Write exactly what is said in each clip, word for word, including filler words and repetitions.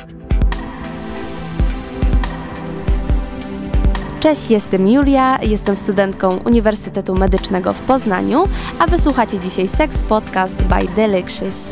Cześć, jestem Julia, jestem studentką Uniwersytetu Medycznego w Poznaniu, a wysłuchacie dzisiaj Sex Podcast by Delicious.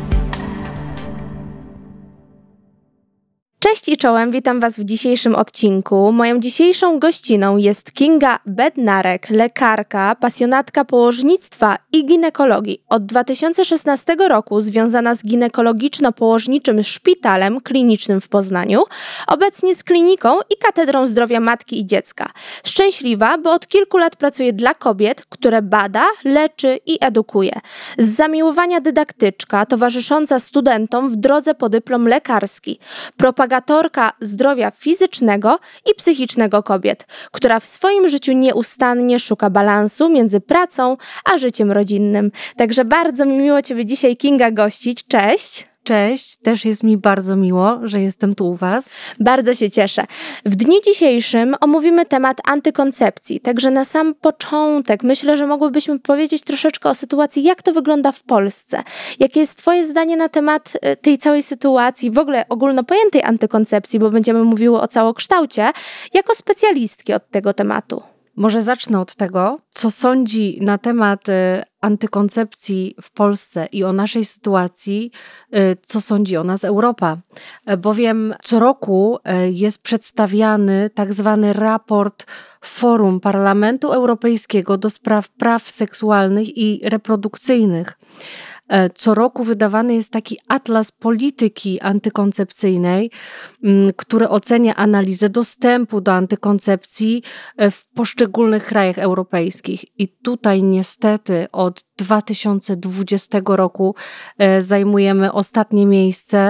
Cześć i czołem, witam Was w dzisiejszym odcinku. Moją dzisiejszą gościną jest Kinga Bednarek, lekarka, pasjonatka położnictwa i ginekologii. Od dwa tysiące szesnastego roku związana z ginekologiczno-położniczym szpitalem klinicznym w Poznaniu, obecnie z kliniką i katedrą zdrowia matki i dziecka. Szczęśliwa, bo od kilku lat pracuje dla kobiet, które bada, leczy i edukuje. Z zamiłowania dydaktyczka, towarzysząca studentom w drodze po dyplom lekarski. Propagatorka zdrowia fizycznego i psychicznego kobiet, która w swoim życiu nieustannie szuka balansu między pracą a życiem rodzinnym. Także bardzo mi miło Ciebie dzisiaj, Kinga, gościć. Cześć! Cześć, też jest mi bardzo miło, że jestem tu u Was. Bardzo się cieszę. W dniu dzisiejszym omówimy temat antykoncepcji, także na sam początek myślę, że mogłybyśmy powiedzieć troszeczkę o sytuacji, jak to wygląda w Polsce. Jakie jest Twoje zdanie na temat tej całej sytuacji, w ogóle ogólnopojętej antykoncepcji, bo będziemy mówiły o całokształcie, jako specjalistki od tego tematu. Może zacznę od tego, co sądzi na temat y, antykoncepcji w Polsce i o naszej sytuacji, y, co sądzi o nas Europa. Y, bowiem co roku y, jest przedstawiany tak zwany raport Forum Parlamentu Europejskiego do spraw praw seksualnych i reprodukcyjnych. Co roku wydawany jest taki atlas polityki antykoncepcyjnej, który ocenia analizę dostępu do antykoncepcji w poszczególnych krajach europejskich. I tutaj niestety od dwa tysiące dwudziestego roku zajmujemy ostatnie miejsce,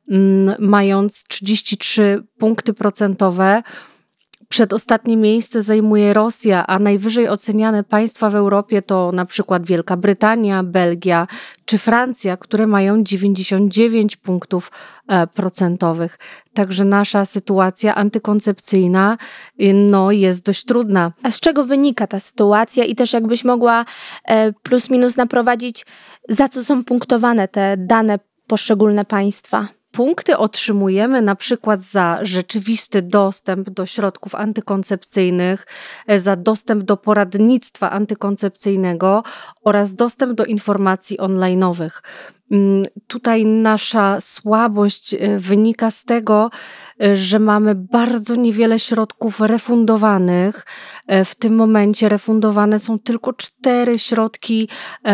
mając trzydzieści trzy punkty procentowe. Przedostatnie miejsce zajmuje Rosja, a najwyżej oceniane państwa w Europie to na przykład Wielka Brytania, Belgia czy Francja, które mają dziewięćdziesiąt dziewięć punktów procentowych. Także nasza sytuacja antykoncepcyjna no, jest dość trudna. A z czego wynika ta sytuacja i też jakbyś mogła plus minus naprowadzić, za co są punktowane te dane poszczególne państwa? Punkty otrzymujemy na przykład za rzeczywisty dostęp do środków antykoncepcyjnych, za dostęp do poradnictwa antykoncepcyjnego oraz dostęp do informacji online'owych. Tutaj nasza słabość wynika z tego, że mamy bardzo niewiele środków refundowanych. W tym momencie refundowane są tylko cztery środki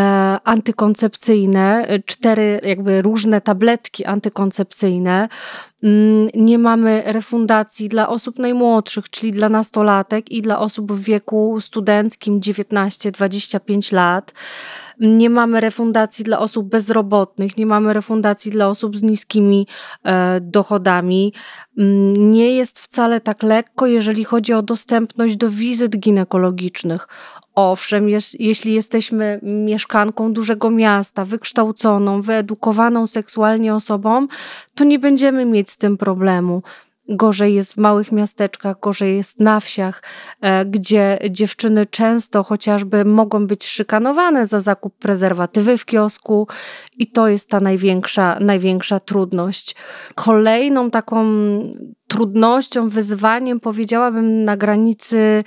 antykoncepcyjne, cztery jakby różne tabletki antykoncepcyjne. Nie mamy refundacji dla osób najmłodszych, czyli dla nastolatek i dla osób w wieku studenckim dziewiętnaście do dwudziestu pięciu lat. Nie mamy refundacji dla osób bezrobotnych, nie mamy refundacji dla osób z niskimi e, dochodami. Nie jest wcale tak lekko, jeżeli chodzi o dostępność do wizyt ginekologicznych. Owszem, jest, jeśli jesteśmy mieszkanką dużego miasta, wykształconą, wyedukowaną seksualnie osobą, to nie będziemy mieć z tym problemu. Gorzej jest w małych miasteczkach, gorzej jest na wsiach, gdzie dziewczyny często chociażby mogą być szykanowane za zakup prezerwatywy w kiosku i to jest ta największa, największa trudność. Kolejną taką trudnością, wyzwaniem, powiedziałabym, na granicy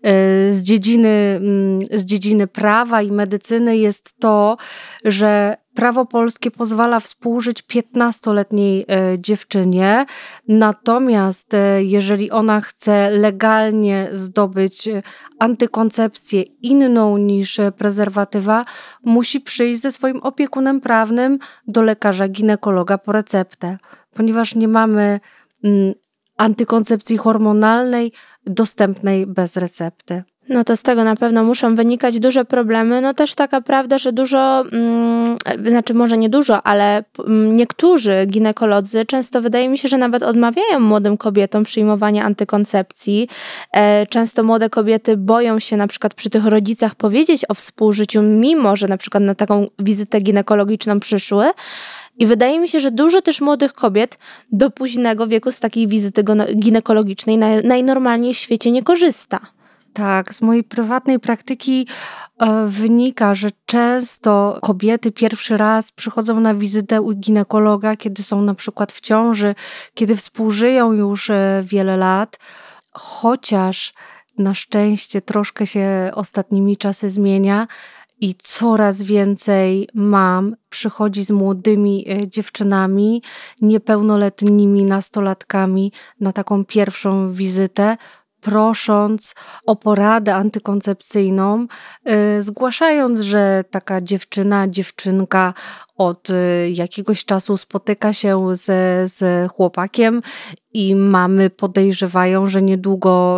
z dziedziny, z dziedziny prawa i medycyny jest to, że prawo polskie pozwala współżyć piętnastoletniej dziewczynie, natomiast jeżeli ona chce legalnie zdobyć antykoncepcję inną niż prezerwatywa, musi przyjść ze swoim opiekunem prawnym do lekarza ginekologa po receptę, ponieważ nie mamy antykoncepcji hormonalnej dostępnej bez recepty. No to z tego na pewno muszą wynikać duże problemy. No też taka prawda, że dużo, mm, znaczy może nie dużo, ale mm, niektórzy ginekolodzy często wydaje mi się, że nawet odmawiają młodym kobietom przyjmowania antykoncepcji. E, często młode kobiety boją się na przykład przy tych rodzicach powiedzieć o współżyciu, mimo że na przykład na taką wizytę ginekologiczną przyszły. I wydaje mi się, że dużo też młodych kobiet do późnego wieku z takiej wizyty ginekologicznej najnormalniej w świecie nie korzysta. Tak, z mojej prywatnej praktyki e, wynika, że często kobiety pierwszy raz przychodzą na wizytę u ginekologa, kiedy są na przykład w ciąży, kiedy współżyją już e, wiele lat, chociaż na szczęście troszkę się ostatnimi czasy zmienia i coraz więcej mam przychodzi z młodymi e, dziewczynami, niepełnoletnimi nastolatkami na taką pierwszą wizytę, prosząc o poradę antykoncepcyjną, y, zgłaszając, że taka dziewczyna, dziewczynka od y, jakiegoś czasu spotyka się ze, z chłopakiem i mamy podejrzewają, że niedługo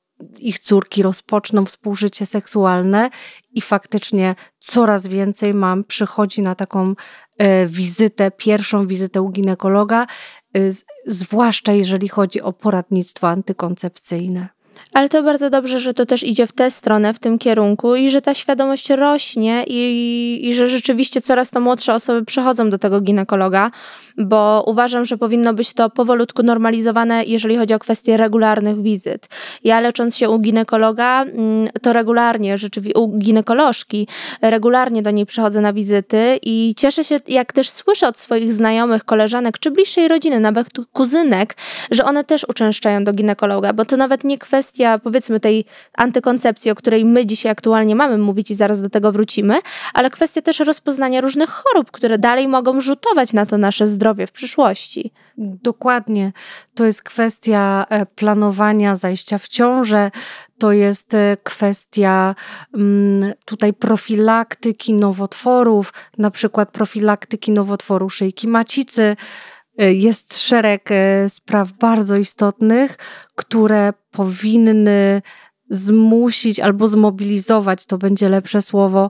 ich córki rozpoczną współżycie seksualne i faktycznie coraz więcej mam przychodzi na taką y, wizytę, pierwszą wizytę u ginekologa, y, z, zwłaszcza jeżeli chodzi o poradnictwo antykoncepcyjne. Ale to bardzo dobrze, że to też idzie w tę stronę, w tym kierunku i że ta świadomość rośnie i, i że rzeczywiście coraz to młodsze osoby przychodzą do tego ginekologa, bo uważam, że powinno być to powolutku normalizowane, jeżeli chodzi o kwestie regularnych wizyt. Ja lecząc się u ginekologa, to regularnie, rzeczywiście u ginekolożki, regularnie do niej przychodzę na wizyty i cieszę się, jak też słyszę od swoich znajomych, koleżanek czy bliższej rodziny, nawet kuzynek, że one też uczęszczają do ginekologa, bo to nawet nie kwestia powiedzmy tej antykoncepcji, o której my dzisiaj aktualnie mamy mówić i zaraz do tego wrócimy, ale kwestia też rozpoznania różnych chorób, które dalej mogą rzutować na to nasze zdrowie w przyszłości. Dokładnie. To jest kwestia planowania zajścia w ciążę, to jest kwestia mm, tutaj profilaktyki nowotworów, na przykład profilaktyki nowotworu szyjki macicy. Jest szereg spraw bardzo istotnych, które powinny zmusić albo zmobilizować, to będzie lepsze słowo,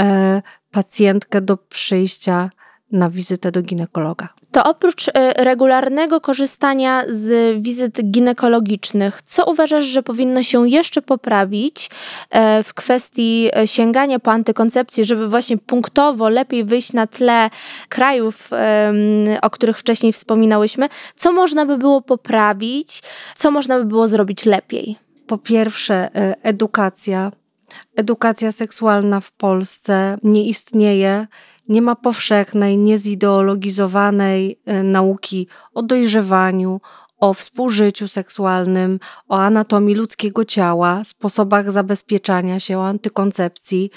pacjentkę do przyjścia na wizytę do ginekologa. To oprócz regularnego korzystania z wizyt ginekologicznych, co uważasz, że powinno się jeszcze poprawić w kwestii sięgania po antykoncepcję, żeby właśnie punktowo lepiej wyjść na tle krajów, o których wcześniej wspominałyśmy? Co można by było poprawić? Co można by było zrobić lepiej? Po pierwsze, edukacja. Edukacja seksualna w Polsce nie istnieje. Nie ma powszechnej, niezideologizowanej nauki o dojrzewaniu, o współżyciu seksualnym, o anatomii ludzkiego ciała, sposobach zabezpieczania się, o antykoncepcji.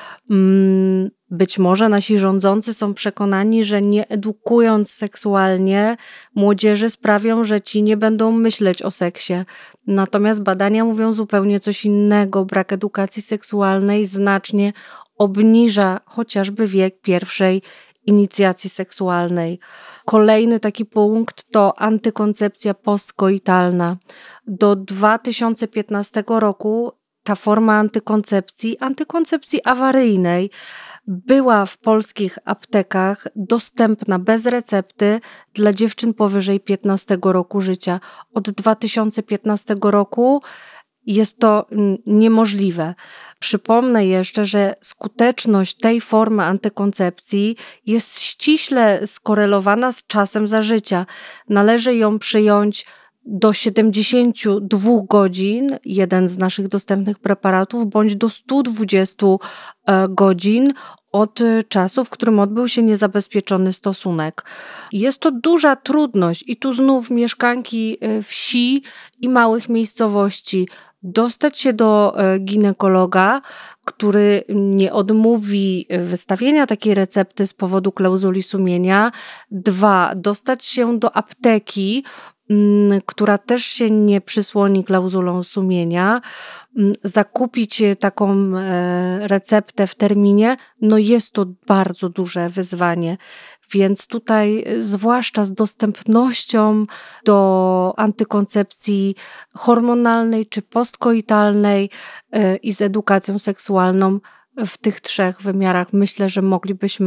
Być może nasi rządzący są przekonani, że nie edukując seksualnie młodzieży sprawią, że ci nie będą myśleć o seksie. Natomiast badania mówią zupełnie coś innego. Brak edukacji seksualnej znacznie obniża chociażby wiek pierwszej inicjacji seksualnej. Kolejny taki punkt to antykoncepcja postkoitalna. Do dwa tysiące piętnastego roku ta forma antykoncepcji, antykoncepcji awaryjnej, była w polskich aptekach dostępna bez recepty dla dziewczyn powyżej piętnastego roku życia. Od dwa tysiące piętnastego roku jest to niemożliwe. Przypomnę jeszcze, że skuteczność tej formy antykoncepcji jest ściśle skorelowana z czasem za życia. Należy ją przyjąć do siedemdziesięciu dwóch godzin, jeden z naszych dostępnych preparatów, bądź do stu dwudziestu godzin od czasu, w którym odbył się niezabezpieczony stosunek. Jest to duża trudność i tu znów mieszkanki wsi i małych miejscowości dostać się do ginekologa, który nie odmówi wystawienia takiej recepty z powodu klauzuli sumienia. Dwa, dostać się do apteki, która też się nie przysłoni klauzulą sumienia, zakupić taką receptę w terminie, no jest to bardzo duże wyzwanie. Więc tutaj zwłaszcza z dostępnością do antykoncepcji hormonalnej czy postkoitalnej i z edukacją seksualną w tych trzech wymiarach myślę, że moglibyśmy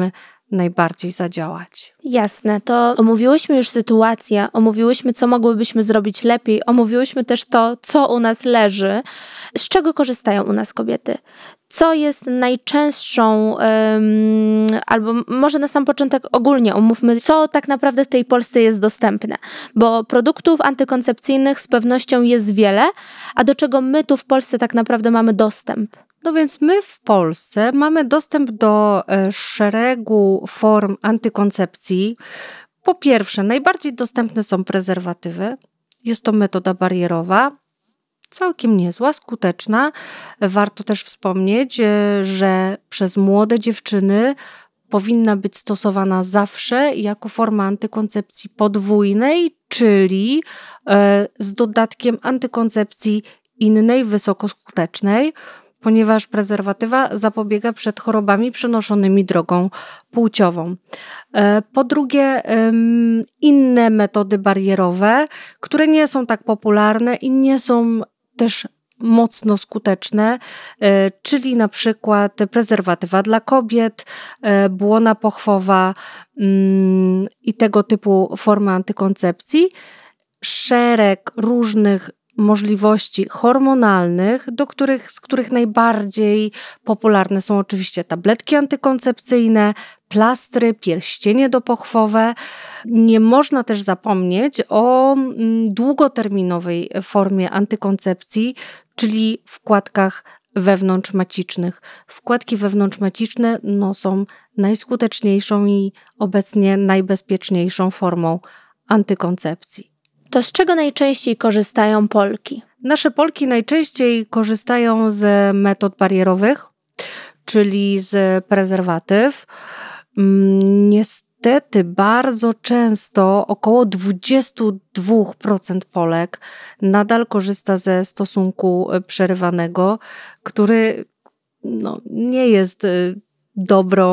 najbardziej zadziałać. Jasne, to omówiłyśmy już sytuację, omówiłyśmy, co mogłybyśmy zrobić lepiej, omówiłyśmy też to, co u nas leży, z czego korzystają u nas kobiety. Co jest najczęstszą, um, albo może na sam początek ogólnie omówmy, co tak naprawdę w tej Polsce jest dostępne, bo produktów antykoncepcyjnych z pewnością jest wiele, a do czego my tu w Polsce tak naprawdę mamy dostęp? No więc my w Polsce mamy dostęp do szeregu form antykoncepcji. Po pierwsze, najbardziej dostępne są prezerwatywy. Jest to metoda barierowa, całkiem niezła, skuteczna. Warto też wspomnieć, że przez młode dziewczyny powinna być stosowana zawsze jako forma antykoncepcji podwójnej, czyli z dodatkiem antykoncepcji innej, wysokoskutecznej, ponieważ prezerwatywa zapobiega przed chorobami przenoszonymi drogą płciową. Po drugie, inne metody barierowe, które nie są tak popularne i nie są też mocno skuteczne, czyli na przykład prezerwatywa dla kobiet, błona pochwowa i tego typu formy antykoncepcji. Szereg różnych możliwości hormonalnych, do których, z których najbardziej popularne są oczywiście tabletki antykoncepcyjne, plastry, pierścienie dopochwowe. Nie można też zapomnieć o długoterminowej formie antykoncepcji, czyli wkładkach wewnątrzmacicznych. Wkładki wewnątrzmaciczne no, są najskuteczniejszą i obecnie najbezpieczniejszą formą antykoncepcji. To z czego najczęściej korzystają Polki? Nasze Polki najczęściej korzystają z metod barierowych, czyli z prezerwatyw. Niestety bardzo często około dwadzieścia dwa procent Polek nadal korzysta ze stosunku przerywanego, który no, nie jest dobrą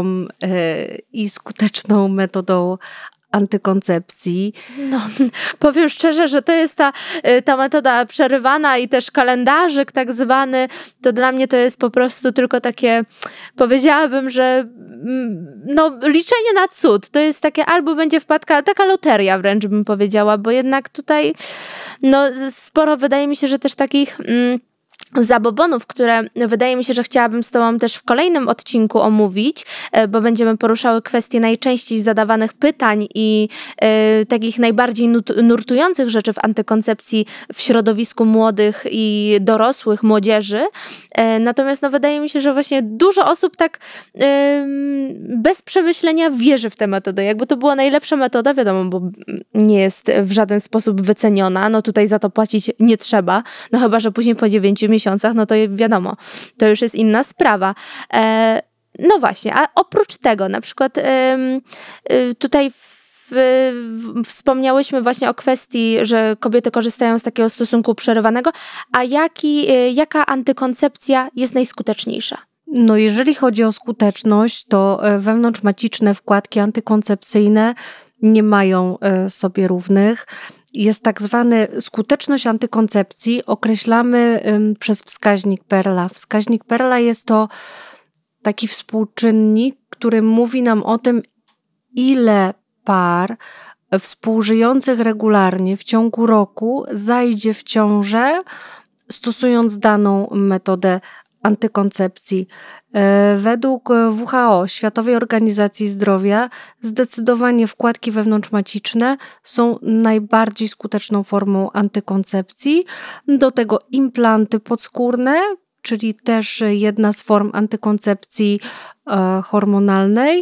i skuteczną metodą antykoncepcji. No, powiem szczerze, że to jest ta, ta metoda przerywana i też kalendarzyk tak zwany, to dla mnie to jest po prostu tylko takie, powiedziałabym, że no, liczenie na cud. To jest takie albo będzie wpadka, taka loteria wręcz bym powiedziała, bo jednak tutaj no, sporo wydaje mi się, że też takich mm, zabobonów, które wydaje mi się, że chciałabym z Tobą też w kolejnym odcinku omówić, bo będziemy poruszały kwestie najczęściej zadawanych pytań i y, takich najbardziej nurtujących rzeczy w antykoncepcji w środowisku młodych i dorosłych, młodzieży. Y, natomiast no, wydaje mi się, że właśnie dużo osób tak y, bez przemyślenia wierzy w tę metodę. Jakby to była najlepsza metoda, wiadomo, bo nie jest w żaden sposób wyceniona, no tutaj za to płacić nie trzeba, no chyba, że później po dziewięciu miesiącach, no to wiadomo, to już jest inna sprawa. E, no właśnie, a oprócz tego na przykład e, tutaj w, w, wspomniałyśmy właśnie o kwestii, że kobiety korzystają z takiego stosunku przerywanego, a jaki, jaka antykoncepcja jest najskuteczniejsza? No jeżeli chodzi o skuteczność, to wewnątrzmaciczne wkładki antykoncepcyjne nie mają sobie równych. Jest tak zwany skuteczność antykoncepcji, określamy ym, przez wskaźnik Perla. Wskaźnik Perla jest to taki współczynnik, który mówi nam o tym, ile par współżyjących regularnie w ciągu roku zajdzie w ciążę, stosując daną metodę antykoncepcji. Według W H O, Światowej Organizacji Zdrowia, zdecydowanie wkładki wewnątrzmaciczne są najbardziej skuteczną formą antykoncepcji. Do tego implanty podskórne, czyli też jedna z form antykoncepcji e, hormonalnej.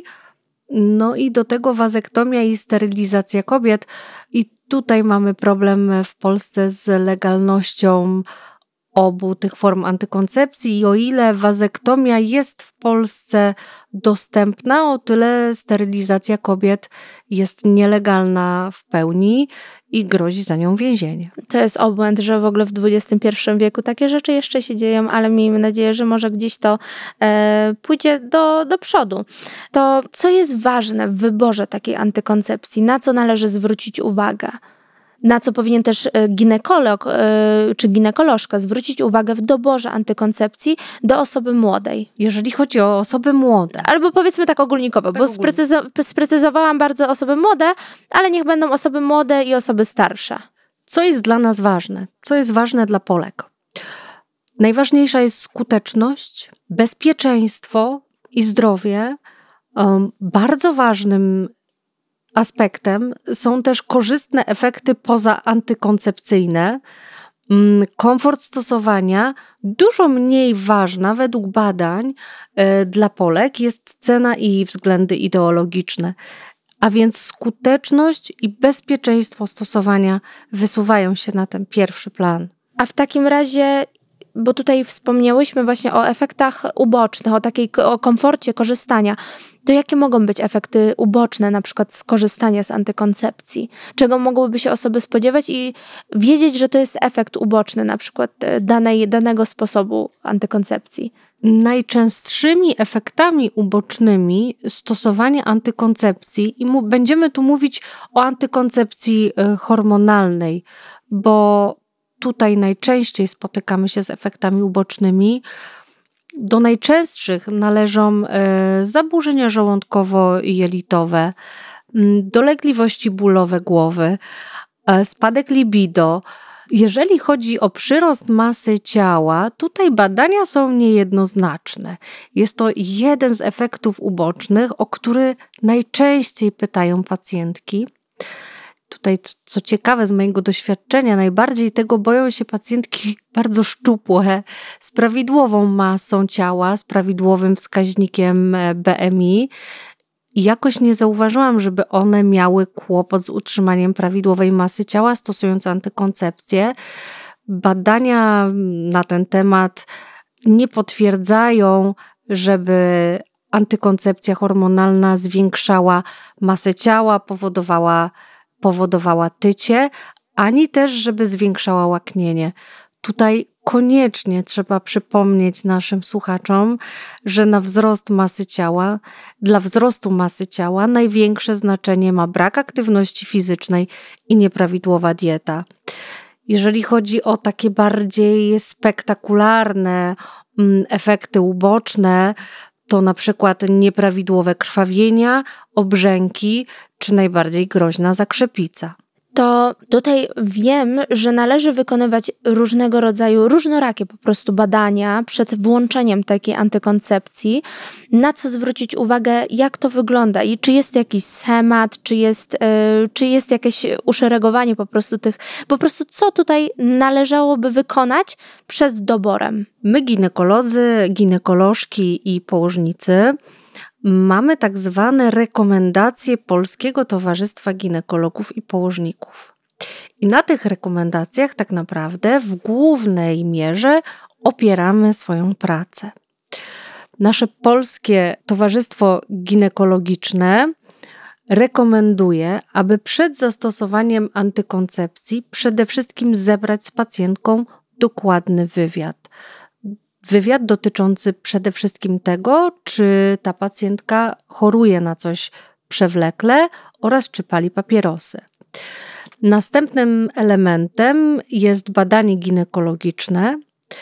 No i do tego wazektomia i sterylizacja kobiet. I tutaj mamy problem w Polsce z legalnością obu tych form antykoncepcji i o ile wazektomia jest w Polsce dostępna, o tyle sterylizacja kobiet jest nielegalna w pełni i grozi za nią więzienie. To jest obłęd, że w ogóle w dwudziestym pierwszym wieku takie rzeczy jeszcze się dzieją, ale miejmy nadzieję, że może gdzieś to e, pójdzie do, do przodu. To co jest ważne w wyborze takiej antykoncepcji? Na co należy zwrócić uwagę? Na co powinien też ginekolog czy ginekolożka zwrócić uwagę w doborze antykoncepcji do osoby młodej? Jeżeli chodzi o osoby młode. Albo powiedzmy tak ogólnikowo, tak bo ogólnie. sprecyzo- sprecyzowałam bardzo osoby młode, ale niech będą osoby młode i osoby starsze. Co jest dla nas ważne? Co jest ważne dla Polek? Najważniejsza jest skuteczność, bezpieczeństwo i zdrowie. Um, bardzo ważnym aspektem są też korzystne efekty pozaantykoncepcyjne. Um, komfort stosowania. Dużo mniej ważna według badań y, dla Polek jest cena i względy ideologiczne. A więc skuteczność i bezpieczeństwo stosowania wysuwają się na ten pierwszy plan. A w takim razie, bo tutaj wspomniałyśmy właśnie o efektach ubocznych, o takiej o komforcie korzystania, to jakie mogą być efekty uboczne na przykład z korzystania z antykoncepcji? Czego mogłyby się osoby spodziewać i wiedzieć, że to jest efekt uboczny na przykład danej, danego sposobu antykoncepcji? Najczęstszymi efektami ubocznymi stosowania antykoncepcji, i mu, będziemy tu mówić o antykoncepcji hormonalnej, bo tutaj najczęściej spotykamy się z efektami ubocznymi. Do najczęstszych należą e, zaburzenia żołądkowo-jelitowe, dolegliwości bólowe głowy, e, spadek libido. Jeżeli chodzi o przyrost masy ciała, tutaj badania są niejednoznaczne. Jest to jeden z efektów ubocznych, o który najczęściej pytają pacjentki. Tutaj, co ciekawe z mojego doświadczenia, najbardziej tego boją się pacjentki bardzo szczupłe, z prawidłową masą ciała, z prawidłowym wskaźnikiem B M I. I jakoś nie zauważyłam, żeby one miały kłopot z utrzymaniem prawidłowej masy ciała, stosując antykoncepcję. Badania na ten temat nie potwierdzają, żeby antykoncepcja hormonalna zwiększała masę ciała, powodowała powodowała tycie, ani też, żeby zwiększała łaknienie. Tutaj koniecznie trzeba przypomnieć naszym słuchaczom, że na wzrost masy ciała, dla wzrostu masy ciała największe znaczenie ma brak aktywności fizycznej i nieprawidłowa dieta. Jeżeli chodzi o takie bardziej spektakularne efekty uboczne, to na przykład nieprawidłowe krwawienia, obrzęki czy najbardziej groźna zakrzepica. To tutaj wiem, że należy wykonywać różnego rodzaju, różnorakie po prostu badania przed włączeniem takiej antykoncepcji. Na co zwrócić uwagę, jak to wygląda i czy jest jakiś schemat, czy jest, yy, czy jest jakieś uszeregowanie po prostu tych, po prostu co tutaj należałoby wykonać przed doborem. My ginekolodzy, ginekolożki i położnicy mamy tak zwane rekomendacje Polskiego Towarzystwa Ginekologów i Położników. I na tych rekomendacjach tak naprawdę w głównej mierze opieramy swoją pracę. Nasze Polskie Towarzystwo Ginekologiczne rekomenduje, aby przed zastosowaniem antykoncepcji przede wszystkim zebrać z pacjentką dokładny wywiad. Wywiad dotyczący przede wszystkim tego, czy ta pacjentka choruje na coś przewlekle oraz czy pali papierosy. Następnym elementem jest badanie ginekologiczne,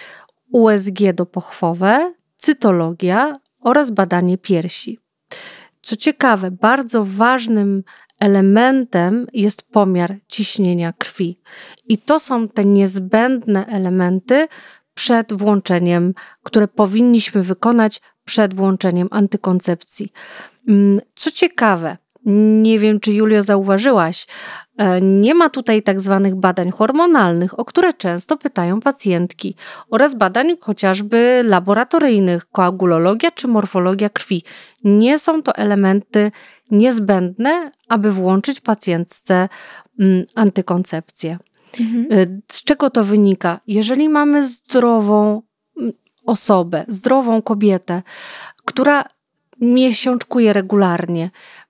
U S G dopochwowe, cytologia oraz badanie piersi. Co ciekawe, bardzo ważnym elementem jest pomiar ciśnienia krwi. I to są te niezbędne elementy przed włączeniem, które powinniśmy wykonać przed włączeniem antykoncepcji. Co ciekawe, nie wiem, czy Julio zauważyłaś, nie ma tutaj tak zwanych badań hormonalnych, o które często pytają pacjentki, oraz badań chociażby laboratoryjnych, koagulologia czy morfologia krwi. Nie są to elementy niezbędne, aby włączyć pacjentce antykoncepcję. Mhm. Z czego to wynika? Jeżeli mamy zdrową osobę, zdrową kobietę, która miesiączkuje regularnie,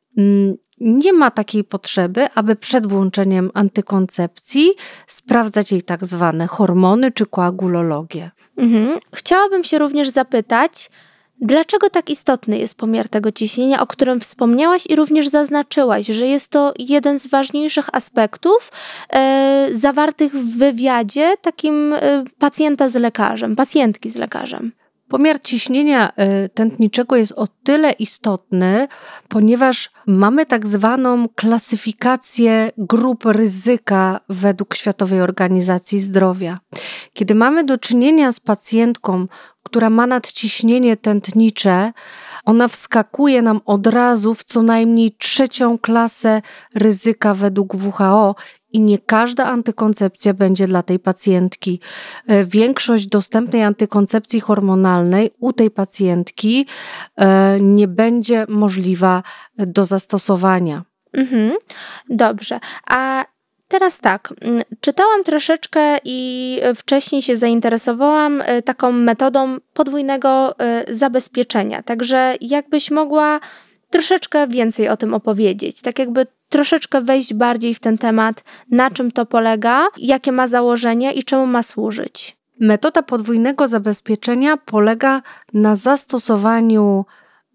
nie ma takiej potrzeby, aby przed włączeniem antykoncepcji sprawdzać jej tak zwane hormony czy koagulologię. Mhm. Chciałabym się również zapytać, Dlaczego tak istotny jest pomiar tego ciśnienia, o którym wspomniałaś i również zaznaczyłaś, że jest to jeden z ważniejszych aspektów e, zawartych w wywiadzie takim e, pacjenta z lekarzem, pacjentki z lekarzem? Pomiar ciśnienia tętniczego jest o tyle istotny, ponieważ mamy tak zwaną klasyfikację grup ryzyka według Światowej Organizacji Zdrowia. Kiedy mamy do czynienia z pacjentką, która ma nadciśnienie tętnicze, ona wskakuje nam od razu w co najmniej trzecią klasę ryzyka według W H O i nie każda antykoncepcja będzie dla tej pacjentki. Większość dostępnej antykoncepcji hormonalnej u tej pacjentki nie będzie możliwa do zastosowania. Mhm, dobrze. A teraz tak, czytałam troszeczkę i wcześniej się zainteresowałam taką metodą podwójnego zabezpieczenia. Także jakbyś mogła troszeczkę więcej o tym opowiedzieć, tak jakby troszeczkę wejść bardziej w ten temat, na czym to polega, jakie ma założenia i czemu ma służyć. Metoda podwójnego zabezpieczenia polega na zastosowaniu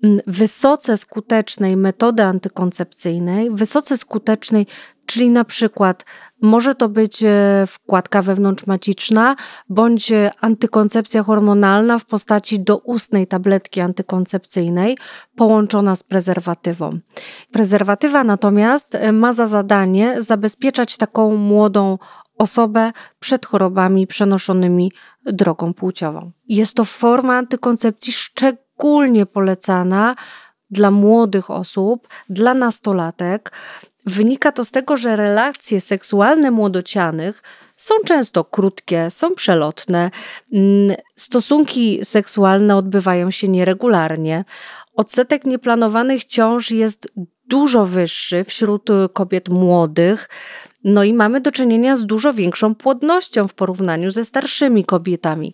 wysoce skutecznej metody antykoncepcyjnej, wysoce skutecznej, czyli na przykład może to być wkładka wewnątrzmaciczna bądź antykoncepcja hormonalna w postaci doustnej tabletki antykoncepcyjnej połączona z prezerwatywą. Prezerwatywa natomiast ma za zadanie zabezpieczać taką młodą osobę przed chorobami przenoszonymi drogą płciową. Jest to forma antykoncepcji szczególnie polecana dla młodych osób, dla nastolatek. Wynika to z tego, że relacje seksualne młodocianych są często krótkie, są przelotne, stosunki seksualne odbywają się nieregularnie. Odsetek nieplanowanych ciąż jest dużo wyższy wśród kobiet młodych, no i mamy do czynienia z dużo większą płodnością w porównaniu ze starszymi kobietami.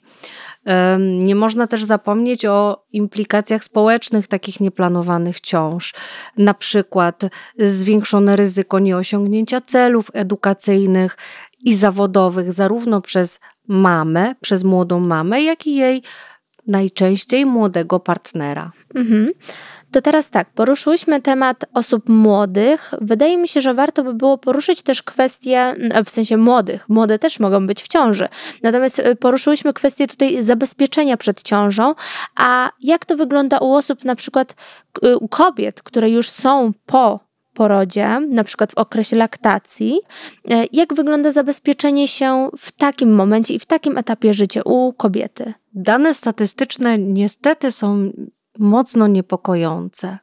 Nie można też zapomnieć o implikacjach społecznych takich nieplanowanych ciąż, na przykład zwiększone ryzyko nieosiągnięcia celów edukacyjnych i zawodowych zarówno przez mamę, przez młodą mamę, jak i jej najczęściej młodego partnera. Mhm. To teraz tak, poruszyłyśmy temat osób młodych. Wydaje mi się, że warto by było poruszyć też kwestię, w sensie młodych, młode też mogą być w ciąży. Natomiast poruszyłyśmy kwestię tutaj zabezpieczenia przed ciążą, a jak to wygląda u osób, na przykład u kobiet, które już są po porodzie, na przykład w okresie laktacji, jak wygląda zabezpieczenie się w takim momencie i w takim etapie życia u kobiety? Dane statystyczne niestety są mocno niepokojące.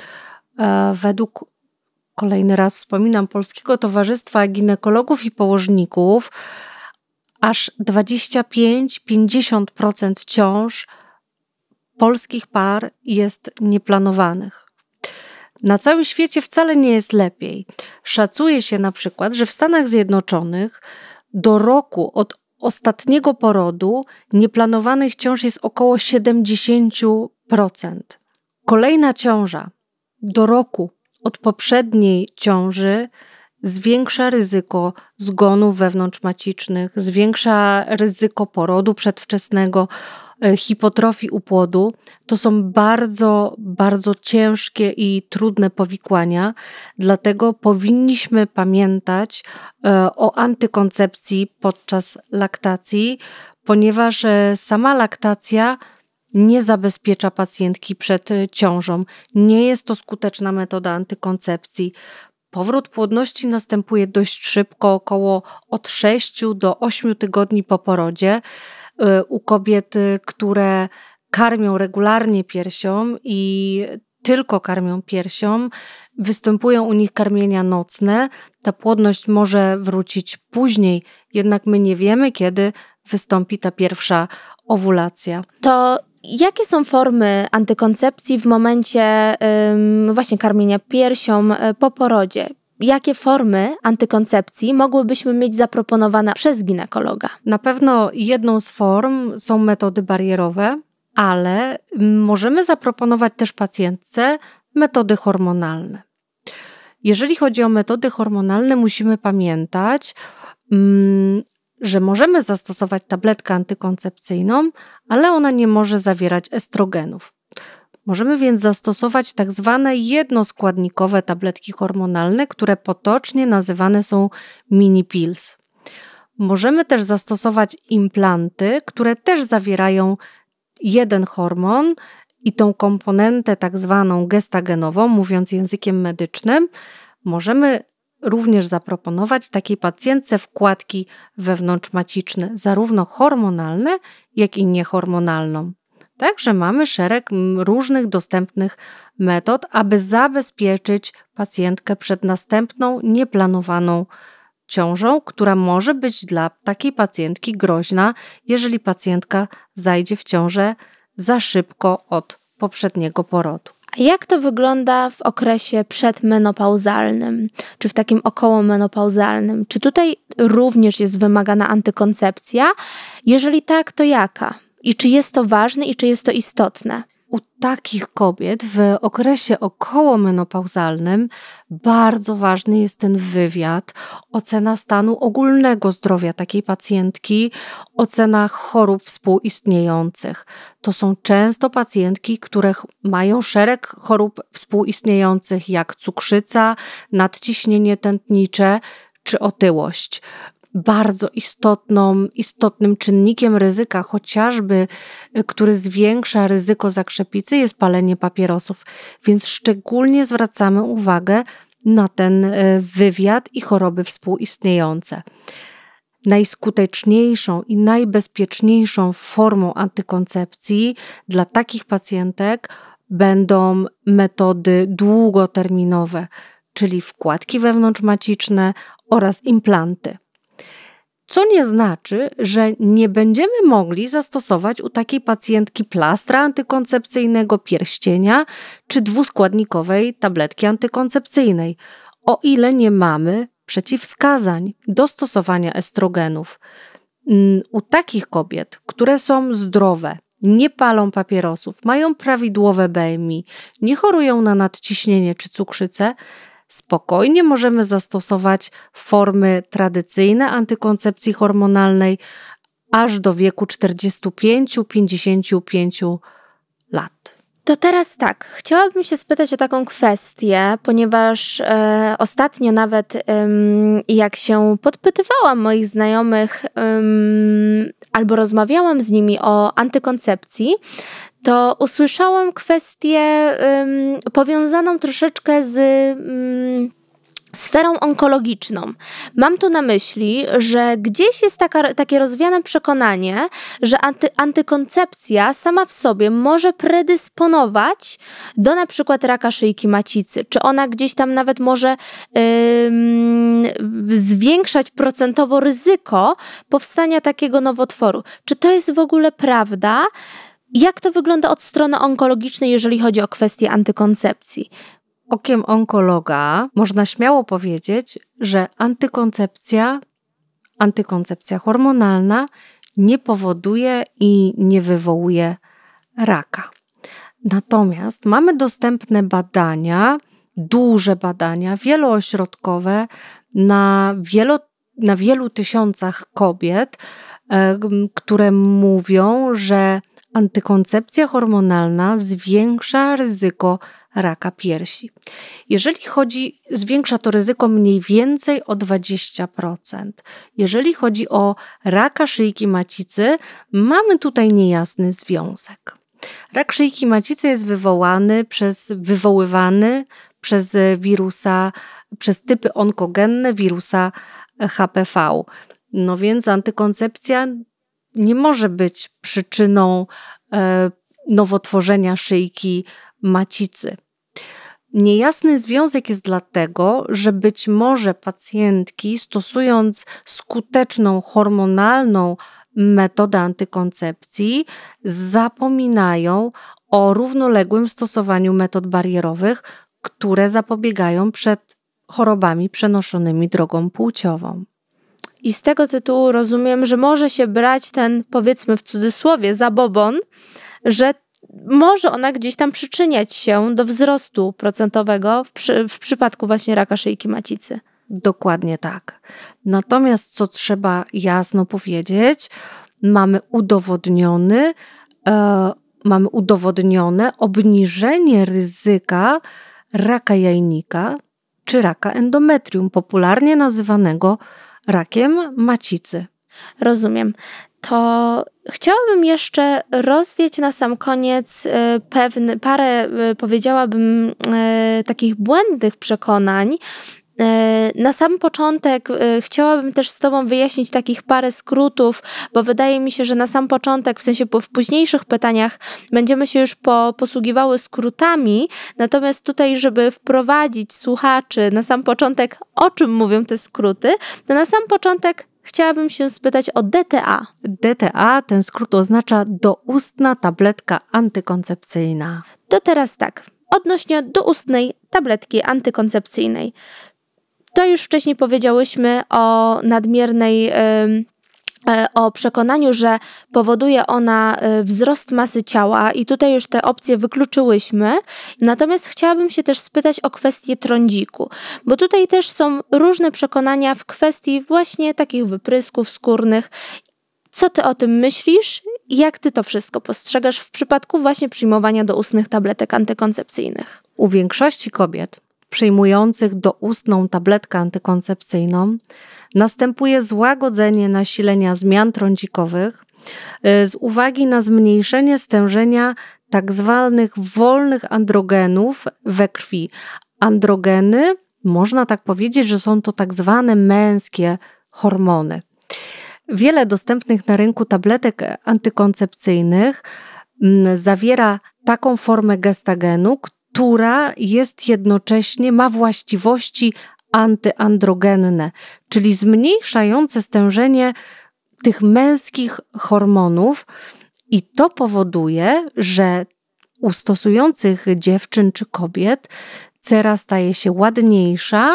Według, kolejny raz wspominam, Polskiego Towarzystwa Ginekologów i Położników, aż dwadzieścia pięć do pięćdziesięciu procent ciąż polskich par jest nieplanowanych. Na całym świecie wcale nie jest lepiej. Szacuje się na przykład, że w Stanach Zjednoczonych do roku od ostatniego porodu nieplanowanych ciąż jest około siedemdziesiąt procent. Kolejna ciąża do roku od poprzedniej ciąży zwiększa ryzyko zgonów wewnątrzmacicznych, zwiększa ryzyko porodu przedwczesnego, hipotrofii u płodu. To są bardzo, bardzo ciężkie i trudne powikłania, dlatego powinniśmy pamiętać o antykoncepcji podczas laktacji, ponieważ sama laktacja nie zabezpiecza pacjentki przed ciążą. Nie jest to skuteczna metoda antykoncepcji. Powrót płodności następuje dość szybko, około od sześciu do ośmiu tygodni po porodzie. U kobiet, które karmią regularnie piersią i tylko karmią piersią, występują u nich karmienia nocne. Ta płodność może wrócić później, jednak my nie wiemy, kiedy wystąpi ta pierwsza owulacja. To jakie są formy antykoncepcji w momencie ym, właśnie karmienia piersią po porodzie? Jakie formy antykoncepcji mogłybyśmy mieć zaproponowane przez ginekologa? Na pewno jedną z form są metody barierowe, ale możemy zaproponować też pacjentce metody hormonalne. Jeżeli chodzi o metody hormonalne, musimy pamiętać, mm, że możemy zastosować tabletkę antykoncepcyjną, ale ona nie może zawierać estrogenów. Możemy więc zastosować tak zwane jednoskładnikowe tabletki hormonalne, które potocznie nazywane są mini pills. Możemy też zastosować implanty, które też zawierają jeden hormon i tą komponentę tak zwaną gestagenową, mówiąc językiem medycznym. Możemy również zaproponować takiej pacjentce wkładki wewnątrzmaciczne, zarówno hormonalne, jak i niehormonalną. Także mamy szereg różnych dostępnych metod, aby zabezpieczyć pacjentkę przed następną nieplanowaną ciążą, która może być dla takiej pacjentki groźna, jeżeli pacjentka zajdzie w ciążę za szybko od poprzedniego porodu. A jak to wygląda w okresie przedmenopauzalnym, czy w takim okołomenopauzalnym? Czy tutaj również jest wymagana antykoncepcja? Jeżeli tak, to jaka? I czy jest to ważne i czy jest to istotne? U takich kobiet w okresie okołomenopauzalnym bardzo ważny jest ten wywiad, ocena stanu ogólnego zdrowia takiej pacjentki, ocena chorób współistniejących. To są często pacjentki, które mają szereg chorób współistniejących, jak cukrzyca, nadciśnienie tętnicze czy otyłość. Bardzo istotną, istotnym czynnikiem ryzyka, chociażby, który zwiększa ryzyko zakrzepicy, jest palenie papierosów, więc szczególnie zwracamy uwagę na ten wywiad i choroby współistniejące. Najskuteczniejszą i najbezpieczniejszą formą antykoncepcji dla takich pacjentek będą metody długoterminowe, czyli wkładki wewnątrzmaciczne oraz implanty. Co nie znaczy, że nie będziemy mogli zastosować u takiej pacjentki plastra antykoncepcyjnego, pierścienia czy dwuskładnikowej tabletki antykoncepcyjnej, o ile nie mamy przeciwwskazań do stosowania estrogenów. U takich kobiet, które są zdrowe, nie palą papierosów, mają prawidłowe B M I, nie chorują na nadciśnienie czy cukrzycę, spokojnie możemy zastosować formy tradycyjne antykoncepcji hormonalnej aż do wieku czterdziestu pięciu do pięćdziesięciu pięciu lat. To teraz tak, chciałabym się spytać o taką kwestię, ponieważ e, ostatnio nawet e, jak się podpytywałam moich znajomych e, albo rozmawiałam z nimi o antykoncepcji, to usłyszałam kwestię um, powiązaną troszeczkę z um, sferą onkologiczną. Mam tu na myśli, że gdzieś jest taka, takie rozwiane przekonanie, że anty, antykoncepcja sama w sobie może predysponować do na przykład raka szyjki macicy. Czy ona gdzieś tam nawet może ym, zwiększać procentowo ryzyko powstania takiego nowotworu. Czy to jest w ogóle prawda? Jak to wygląda od strony onkologicznej, jeżeli chodzi o kwestię antykoncepcji? Okiem onkologa można śmiało powiedzieć, że antykoncepcja, antykoncepcja hormonalna nie powoduje i nie wywołuje raka. Natomiast mamy dostępne badania, duże badania, wieloośrodkowe na, wielo, na wielu tysiącach kobiet, które mówią, że antykoncepcja hormonalna zwiększa ryzyko raka piersi. Jeżeli chodzi, zwiększa to ryzyko mniej więcej o dwadzieścia procent. Jeżeli chodzi o raka szyjki macicy, mamy tutaj niejasny związek. Rak szyjki macicy jest wywołany przez, wywoływany przez wirusa, przez typy onkogenne wirusa H P V. No więc antykoncepcja nie może być przyczyną e, nowotworzenia szyjki macicy. Niejasny związek jest dlatego, że być może pacjentki, stosując skuteczną hormonalną metodę antykoncepcji, zapominają o równoległym stosowaniu metod barierowych, które zapobiegają przed chorobami przenoszonymi drogą płciową. I z tego tytułu rozumiem, że może się brać ten, powiedzmy w cudzysłowie, zabobon, że może ona gdzieś tam przyczyniać się do wzrostu procentowego w, przy, w przypadku właśnie raka szyjki macicy. Dokładnie tak. Natomiast co trzeba jasno powiedzieć, mamy udowodniony, e, mamy udowodnione obniżenie ryzyka raka jajnika czy raka endometrium, popularnie nazywanego rakiem macicy. Rozumiem. To chciałabym jeszcze rozwiać na sam koniec pewne, parę, powiedziałabym, takich błędnych przekonań. Na sam początek chciałabym też z Tobą wyjaśnić takich parę skrótów, bo wydaje mi się, że na sam początek, w sensie w późniejszych pytaniach będziemy się już po, posługiwały skrótami, natomiast tutaj, żeby wprowadzić słuchaczy na sam początek, o czym mówią te skróty, to na sam początek chciałabym się spytać o D T A. D T A, ten skrót oznacza doustna tabletka antykoncepcyjna. To teraz tak, odnośnie doustnej tabletki antykoncepcyjnej. To już wcześniej powiedziałyśmy o nadmiernej, o przekonaniu, że powoduje ona wzrost masy ciała i tutaj już te opcje wykluczyłyśmy. Natomiast chciałabym się też spytać o kwestię trądziku, bo tutaj też są różne przekonania w kwestii właśnie takich wyprysków skórnych. Co Ty o tym myślisz i jak Ty to wszystko postrzegasz w przypadku właśnie przyjmowania doustnych tabletek antykoncepcyjnych? U większości kobiet przyjmujących doustną tabletkę antykoncepcyjną następuje złagodzenie nasilenia zmian trądzikowych z uwagi na zmniejszenie stężenia tak zwanych wolnych androgenów we krwi. Androgeny, można tak powiedzieć, że są to tak zwane męskie hormony. Wiele dostępnych na rynku tabletek antykoncepcyjnych zawiera taką formę gestagenu, która jest jednocześnie, ma właściwości antyandrogenne, czyli zmniejszające stężenie tych męskich hormonów i to powoduje, że u stosujących dziewczyn czy kobiet cera staje się ładniejsza,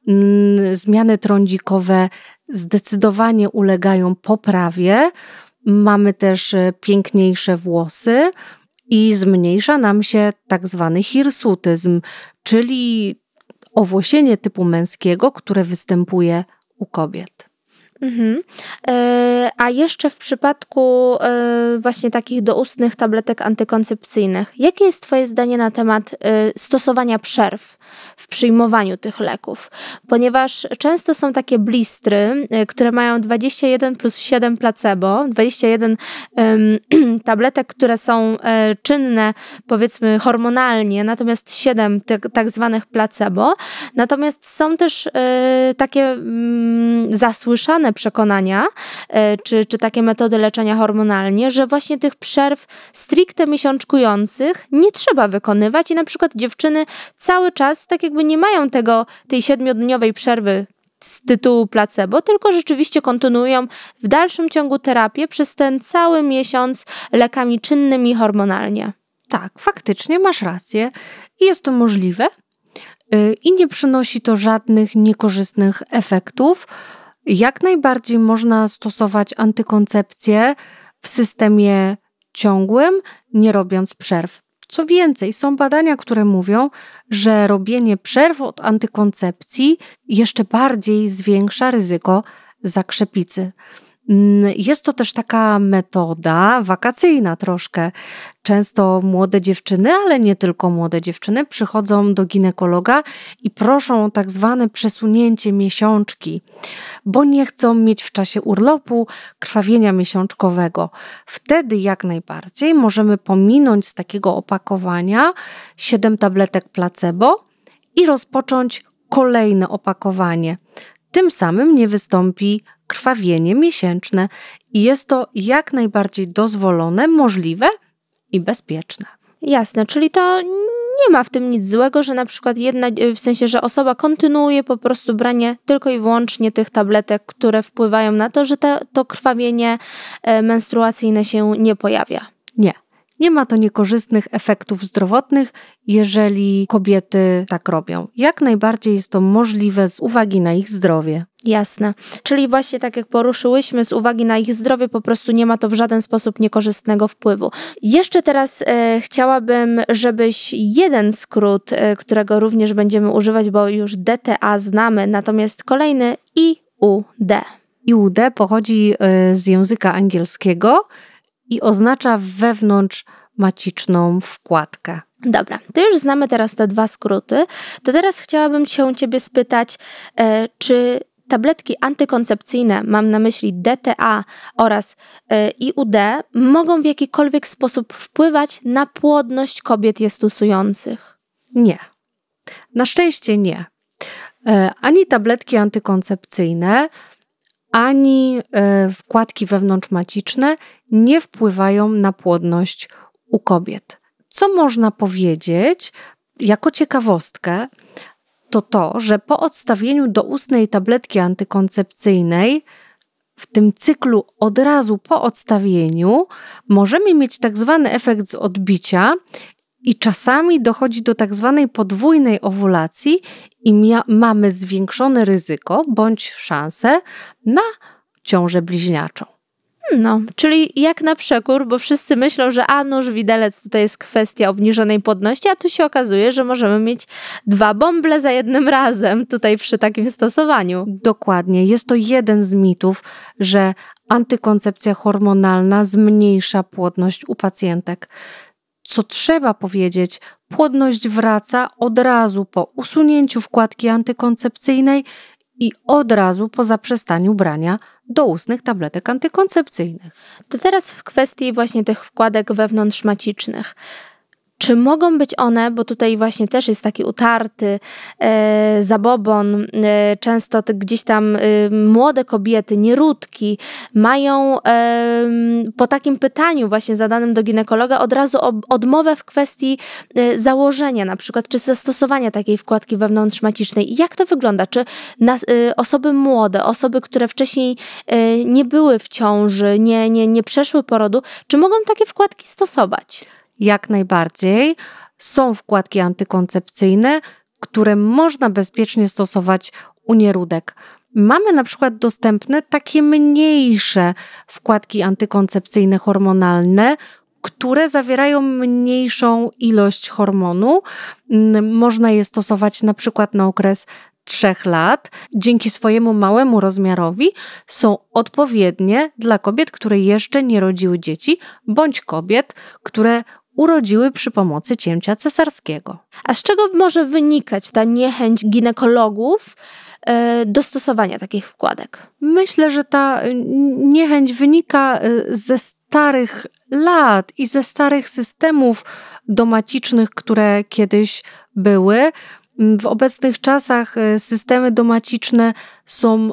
zmiany trądzikowe zdecydowanie ulegają poprawie, mamy też piękniejsze włosy i zmniejsza nam się tak zwany hirsutyzm, czyli owłosienie typu męskiego, które występuje u kobiet. Mhm. E, a jeszcze w przypadku e, właśnie takich doustnych tabletek antykoncepcyjnych, jakie jest Twoje zdanie na temat e, stosowania przerw w przyjmowaniu tych leków? Ponieważ często są takie blistry, e, które mają dwadzieścia jeden plus siedem placebo, dwadzieścia jeden e, tabletek, które są e, czynne, powiedzmy hormonalnie, natomiast siedem te, tak zwanych placebo. Natomiast są też e, takie mm, zasłyszane przekonania, czy, czy takie metody leczenia hormonalnie, że właśnie tych przerw stricte miesiączkujących nie trzeba wykonywać i na przykład dziewczyny cały czas tak jakby nie mają tego, tej siedmiodniowej przerwy z tytułu placebo, tylko rzeczywiście kontynuują w dalszym ciągu terapię przez ten cały miesiąc lekami czynnymi hormonalnie. Tak, faktycznie masz rację i jest to możliwe i nie przynosi to żadnych niekorzystnych efektów. Jak najbardziej można stosować antykoncepcję w systemie ciągłym, nie robiąc przerw. Co więcej, są badania, które mówią, że robienie przerw od antykoncepcji jeszcze bardziej zwiększa ryzyko zakrzepicy. Jest to też taka metoda wakacyjna troszkę. Często młode dziewczyny, ale nie tylko młode dziewczyny, przychodzą do ginekologa i proszą o tak zwane przesunięcie miesiączki, bo nie chcą mieć w czasie urlopu krwawienia miesiączkowego. Wtedy jak najbardziej możemy pominąć z takiego opakowania siedem tabletek placebo i rozpocząć kolejne opakowanie. Tym samym nie wystąpi krwawienie miesięczne i jest to jak najbardziej dozwolone, możliwe i bezpieczne. Jasne, czyli to nie ma w tym nic złego, że na przykład jedna, w sensie, że osoba kontynuuje po prostu branie tylko i wyłącznie tych tabletek, które wpływają na to, że te, to krwawienie menstruacyjne się nie pojawia. Nie. Nie ma to niekorzystnych efektów zdrowotnych, jeżeli kobiety tak robią. Jak najbardziej jest to możliwe z uwagi na ich zdrowie. Jasne. Czyli właśnie tak jak poruszyłyśmy, z uwagi na ich zdrowie po prostu nie ma to w żaden sposób niekorzystnego wpływu. Jeszcze teraz e, chciałabym, żebyś jeden skrót, e, którego również będziemy używać, bo już D T A znamy, natomiast kolejny I U D. I U D pochodzi e, z języka angielskiego i oznacza wewnątrz maciczną wkładkę. Dobra, to już znamy teraz te dwa skróty. To teraz chciałabym się Ciebie spytać, e, czy tabletki antykoncepcyjne, mam na myśli D T A oraz e, I U D, mogą w jakikolwiek sposób wpływać na płodność kobiet je stosujących? Nie. Na szczęście nie. E, ani tabletki antykoncepcyjne, ani e, wkładki wewnątrzmaciczne nie wpływają na płodność u kobiet. Co można powiedzieć jako ciekawostkę, to to, że po odstawieniu doustnej tabletki antykoncepcyjnej, w tym cyklu od razu po odstawieniu, możemy mieć tak zwany efekt z odbicia i czasami dochodzi do tak zwanej podwójnej owulacji i mia- mamy zwiększone ryzyko bądź szansę na ciążę bliźniaczą. No, czyli jak na przekór, bo wszyscy myślą, że a nóż widelec tutaj jest kwestia obniżonej płodności, a tu się okazuje, że możemy mieć dwa bąble za jednym razem tutaj przy takim stosowaniu. Dokładnie. Jest to jeden z mitów, że antykoncepcja hormonalna zmniejsza płodność u pacjentek. Co trzeba powiedzieć, płodność wraca od razu po usunięciu wkładki antykoncepcyjnej i od razu po zaprzestaniu brania doustnych tabletek antykoncepcyjnych. To teraz w kwestii właśnie tych wkładek wewnątrzmacicznych. Czy mogą być one, bo tutaj właśnie też jest taki utarty e, zabobon, e, często te, gdzieś tam e, młode kobiety, nieródki mają e, po takim pytaniu właśnie zadanym do ginekologa od razu ob, odmowę w kwestii e, założenia na przykład, czy zastosowania takiej wkładki wewnątrzmacicznej. Jak to wygląda? Czy nas, e, osoby młode, osoby, które wcześniej e, nie były w ciąży, nie, nie, nie przeszły porodu, czy mogą takie wkładki stosować? Jak najbardziej. Są wkładki antykoncepcyjne, które można bezpiecznie stosować u nieródek. Mamy na przykład dostępne takie mniejsze wkładki antykoncepcyjne hormonalne, które zawierają mniejszą ilość hormonu. Można je stosować na przykład na okres trzech lat. Dzięki swojemu małemu rozmiarowi są odpowiednie dla kobiet, które jeszcze nie rodziły dzieci, bądź kobiet, które urodziły przy pomocy cięcia cesarskiego. A z czego może wynikać ta niechęć ginekologów do stosowania takich wkładek? Myślę, że ta niechęć wynika ze starych lat i ze starych systemów domacicznych, które kiedyś były. W obecnych czasach systemy domaciczne są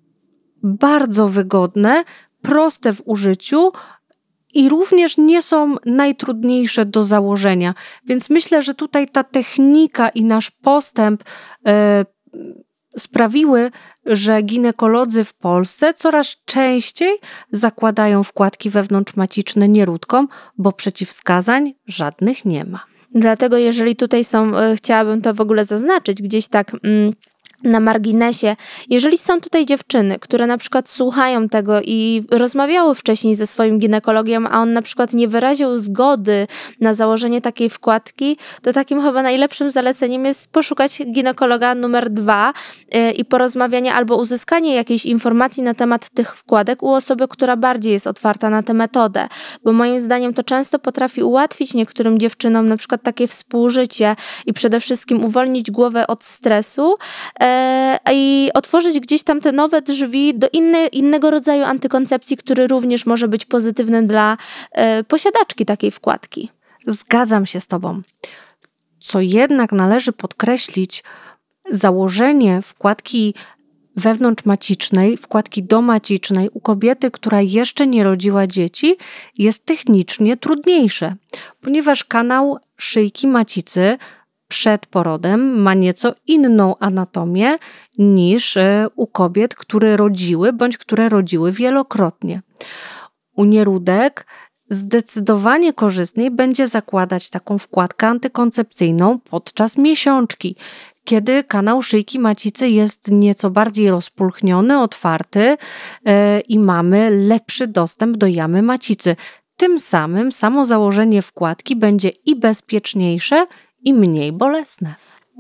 bardzo wygodne, proste w użyciu i również nie są najtrudniejsze do założenia. Więc myślę, że tutaj ta technika i nasz postęp e, sprawiły, że ginekolodzy w Polsce coraz częściej zakładają wkładki wewnątrzmaciczne nieródkom, bo przeciwwskazań żadnych nie ma. Dlatego jeżeli tutaj są, chciałabym to w ogóle zaznaczyć gdzieś tak mm, na marginesie, jeżeli są tutaj dziewczyny, które na przykład słuchają tego i rozmawiały wcześniej ze swoim ginekologiem, a on na przykład nie wyraził zgody na założenie takiej wkładki, to takim chyba najlepszym zaleceniem jest poszukać ginekologa numer dwa yy, i porozmawianie albo uzyskanie jakiejś informacji na temat tych wkładek u osoby, która bardziej jest otwarta na tę metodę, bo moim zdaniem to często potrafi ułatwić niektórym dziewczynom na przykład takie współżycie i przede wszystkim uwolnić głowę od stresu, yy, i otworzyć gdzieś tam te nowe drzwi do inny, innego rodzaju antykoncepcji, który również może być pozytywny dla e, posiadaczki takiej wkładki. Zgadzam się z Tobą. Co jednak należy podkreślić, założenie wkładki wewnątrzmacicznej, wkładki domacicznej u kobiety, która jeszcze nie rodziła dzieci, jest technicznie trudniejsze, ponieważ kanał szyjki macicy przed porodem ma nieco inną anatomię niż u kobiet, które rodziły bądź które rodziły wielokrotnie. U nieródek zdecydowanie korzystniej będzie zakładać taką wkładkę antykoncepcyjną podczas miesiączki, kiedy kanał szyjki macicy jest nieco bardziej rozpulchniony, otwarty yy, i mamy lepszy dostęp do jamy macicy. Tym samym samo założenie wkładki będzie i bezpieczniejsze, i mniej bolesne.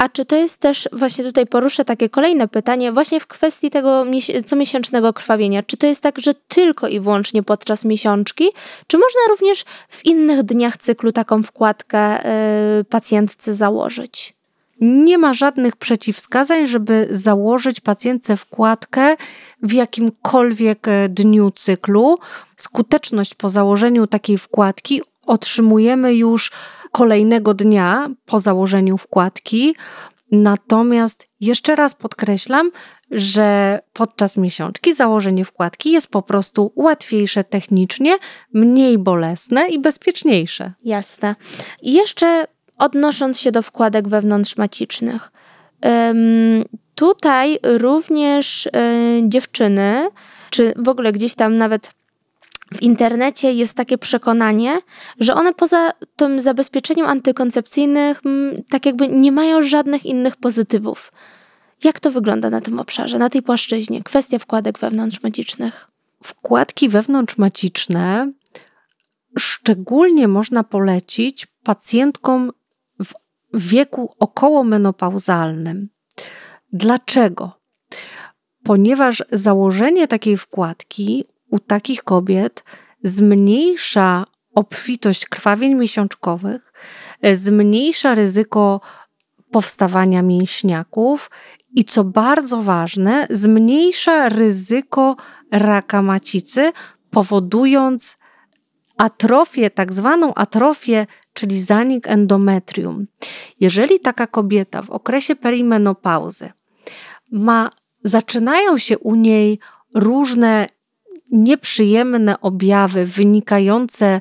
A czy to jest też, właśnie tutaj poruszę takie kolejne pytanie, właśnie w kwestii tego comiesięcznego krwawienia. Czy to jest tak, że tylko i wyłącznie podczas miesiączki, czy można również w innych dniach cyklu taką wkładkę y, pacjentce założyć? Nie ma żadnych przeciwwskazań, żeby założyć pacjentce wkładkę w jakimkolwiek dniu cyklu. Skuteczność po założeniu takiej wkładki otrzymujemy już kolejnego dnia po założeniu wkładki. Natomiast jeszcze raz podkreślam, że podczas miesiączki założenie wkładki jest po prostu łatwiejsze technicznie, mniej bolesne i bezpieczniejsze. Jasne. I jeszcze odnosząc się do wkładek wewnątrzmacicznych. Ym, tutaj również y, dziewczyny, czy w ogóle gdzieś tam nawet w internecie jest takie przekonanie, że one poza tym zabezpieczeniem antykoncepcyjnym tak jakby nie mają żadnych innych pozytywów. Jak to wygląda na tym obszarze, na tej płaszczyźnie? Kwestia wkładek wewnątrzmacicznych. Wkładki wewnątrzmaciczne szczególnie można polecić pacjentkom w wieku okołomenopauzalnym. Dlaczego? Ponieważ założenie takiej wkładki u takich kobiet zmniejsza obfitość krwawień miesiączkowych, zmniejsza ryzyko powstawania mięśniaków i co bardzo ważne, zmniejsza ryzyko raka macicy, powodując atrofię, tak zwaną atrofię, czyli zanik endometrium. Jeżeli taka kobieta w okresie perimenopauzy ma, zaczynają się u niej różne nieprzyjemne objawy wynikające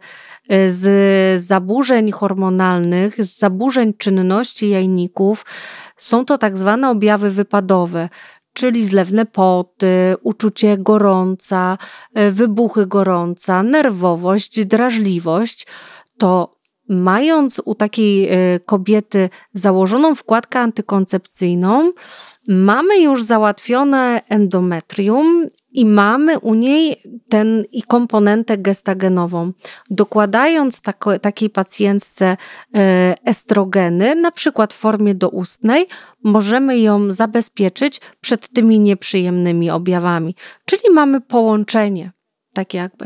z zaburzeń hormonalnych, z zaburzeń czynności jajników, są to tak zwane objawy wypadowe, czyli zlewne poty, uczucie gorąca, wybuchy gorąca, nerwowość, drażliwość, to mając u takiej kobiety założoną wkładkę antykoncepcyjną, mamy już załatwione endometrium i mamy u niej ten i komponentę gestagenową. Dokładając tako, takiej pacjentce estrogeny, na przykład w formie doustnej, możemy ją zabezpieczyć przed tymi nieprzyjemnymi objawami. Czyli mamy połączenie, tak jakby,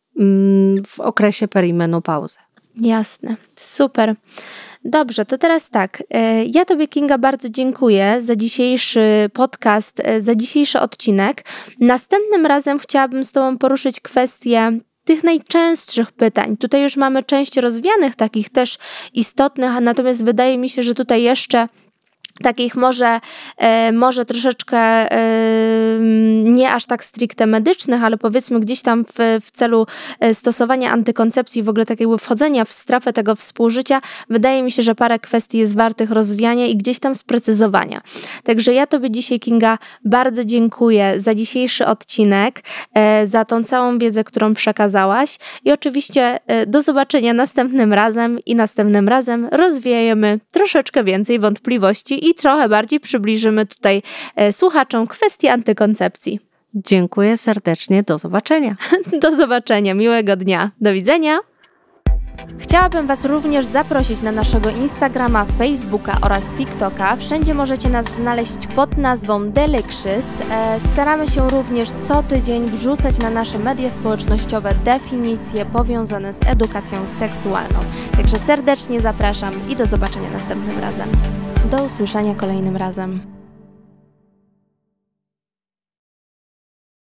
w okresie perimenopauzy. Jasne, super. Dobrze, to teraz tak. Ja Tobie, Kinga, bardzo dziękuję za dzisiejszy podcast, za dzisiejszy odcinek. Następnym razem chciałabym z Tobą poruszyć kwestię tych najczęstszych pytań. Tutaj już mamy część rozwianych, takich też istotnych, natomiast wydaje mi się, że tutaj jeszcze takich może, e, może troszeczkę e, nie aż tak stricte medycznych, ale powiedzmy gdzieś tam w, w celu stosowania antykoncepcji, w ogóle takiego wchodzenia w strefę tego współżycia, wydaje mi się, że parę kwestii jest wartych rozwijania i gdzieś tam sprecyzowania. Także ja Tobie dzisiaj, Kinga, bardzo dziękuję za dzisiejszy odcinek, e, za tą całą wiedzę, którą przekazałaś i oczywiście e, do zobaczenia następnym razem i następnym razem rozwijamy troszeczkę więcej wątpliwości i trochę bardziej przybliżymy tutaj e, słuchaczom kwestię antykoncepcji. Dziękuję serdecznie, do zobaczenia. Do zobaczenia, miłego dnia, do widzenia. Chciałabym Was również zaprosić na naszego Instagrama, Facebooka oraz TikToka. Wszędzie możecie nas znaleźć pod nazwą Delicious. Staramy się również co tydzień wrzucać na nasze media społecznościowe definicje powiązane z edukacją seksualną. Także serdecznie zapraszam i do zobaczenia następnym razem. Do usłyszenia kolejnym razem.